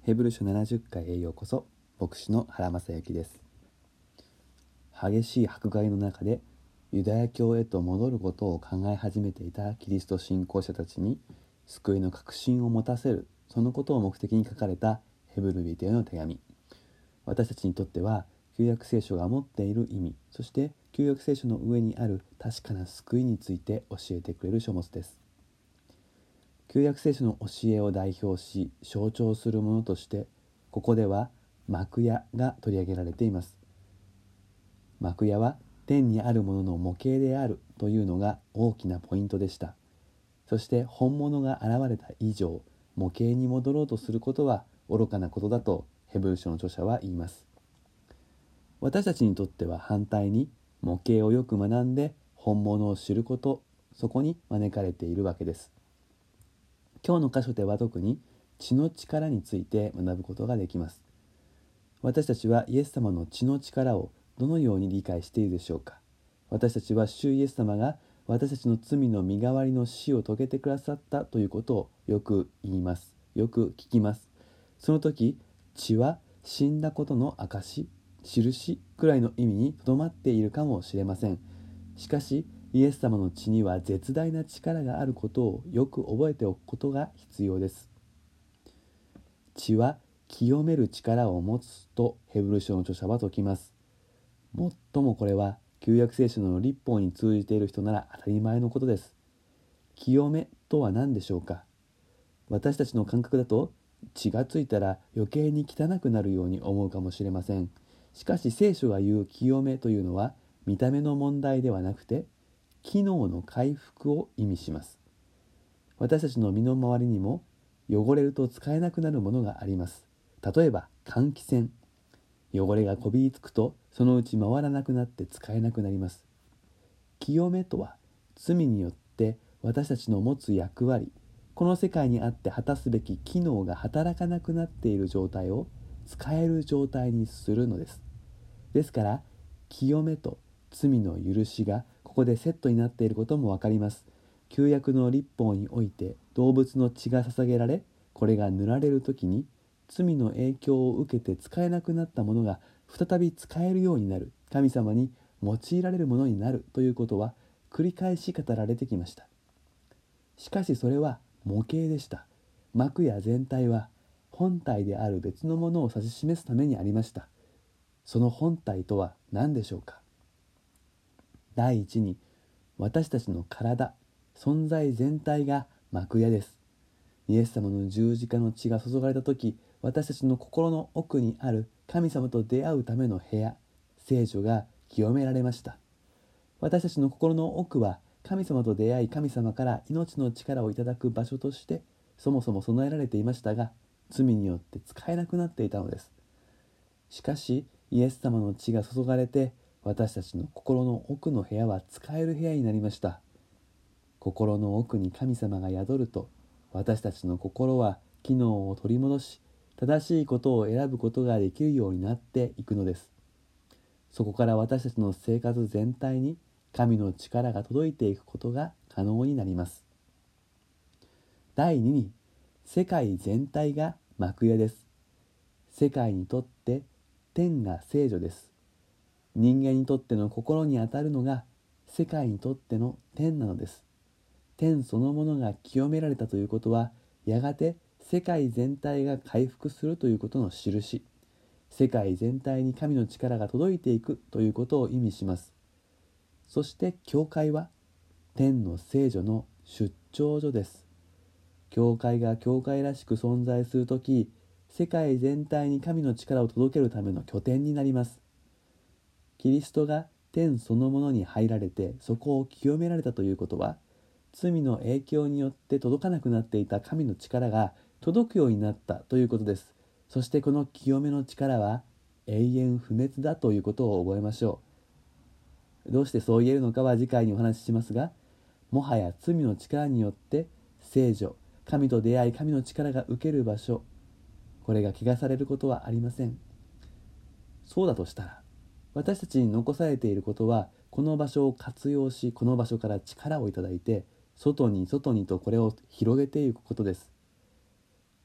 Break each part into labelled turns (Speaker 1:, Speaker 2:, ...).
Speaker 1: ヘブル書70回へようこそ。牧師の原正幸です。激しい迫害の中でユダヤ教へと戻ることを考え始めていたキリスト信仰者たちに救いの確信を持たせる、そのことを目的に書かれたヘブル人への手紙。私たちにとっては旧約聖書が持っている意味、そして旧約聖書の上にある確かな救いについて教えてくれる書物です。旧約聖書の教えを代表し象徴するものとして、ここでは幕屋が取り上げられています。幕屋は天にあるものの模型であるというのが大きなポイントでした。そして本物が現れた以上、模型に戻ろうとすることは愚かなことだとヘブル書の著者は言います。私たちにとっては反対に、模型をよく学んで本物を知ること、そこに招かれているわけです。今日の箇所では特に血の力について学ぶことができます。私たちはイエス様の血の力をどのように理解しているでしょうか。私たちは主イエス様が私たちの罪の身代わりの死を遂げてくださったということをよく言います。よく聞きます。その時、血は死んだことの証、印くらいの意味にとどまっているかもしれません。しかしイエス様の血には絶大な力があることをよく覚えておくことが必要です。血は清める力を持つとヘブル書の著者は説きます。もっともこれは旧約聖書の律法に通じている人なら当たり前のことです。清めとは何でしょうか。私たちの感覚だと血がついたら余計に汚くなるように思うかもしれません。しかし聖書が言う清めというのは見た目の問題ではなくて、機能の回復を意味します。私たちの身の回りにも汚れると使えなくなるものがあります。例えば換気扇。汚れがこびりつくとそのうち回らなくなって使えなくなります。清めとは罪によって私たちの持つ役割、この世界にあって果たすべき機能が働かなくなっている状態を使える状態にするのです。ですから清めと罪の許しがここでセットになっていることもわかります。旧約の律法において動物の血が捧げられ、これが塗られるときに罪の影響を受けて使えなくなったものが再び使えるようになる、神様に用いられるものになるということは繰り返し語られてきました。しかしそれは模型でした。幕や全体は本体である別のものを指し示すためにありました。その本体とは何でしょうか。第一に、私たちの体、存在全体が幕屋です。イエス様の十字架の血が注がれた時、私たちの心の奥にある神様と出会うための部屋、聖所が清められました。私たちの心の奥は神様と出会い、神様から命の力をいただく場所としてそもそも備えられていましたが、罪によって使えなくなっていたのです。しかしイエス様の血が注がれて、私たちの心の奥の部屋は使える部屋になりました。心の奥に神様が宿ると、私たちの心は機能を取り戻し、正しいことを選ぶことができるようになっていくのです。そこから私たちの生活全体に神の力が届いていくことが可能になります。第2に、世界全体が幕屋です。世界にとって天が聖女です。人間にとっての心にあたるのが世界にとっての天なのです。天そのものが清められたということは、やがて世界全体が回復するということの印、世界全体に神の力が届いていくということを意味します。そして教会は天の聖女の出張所です。教会が教会らしく存在するとき、世界全体に神の力を届けるための拠点になります。キリストが天そのものに入られて、そこを清められたということは、罪の影響によって届かなくなっていた神の力が届くようになったということです。そしてこの清めの力は永遠不滅だということを覚えましょう。どうしてそう言えるのかは次回にお話ししますが、もはや罪の力によって聖女、神と出会い神の力が受ける場所、これが汚されることはありません。そうだとしたら、私たちに残されていることは、この場所を活用し、この場所から力をいただいて、外にとこれを広げていくことです。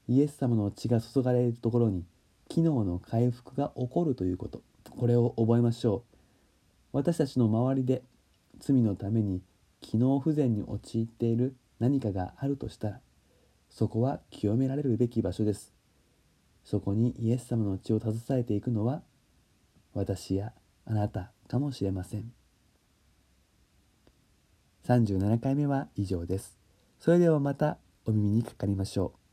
Speaker 1: イエス様の血が注がれるところに機能の回復が起こるということ、これを覚えましょう。私たちの周りで罪のために機能不全に陥っている何かがあるとしたら、そこは清められるべき場所です。そこにイエス様の血を携えていくのは私やあなたかもしれません。37回目は以上です。それではまたお耳にかかりましょう。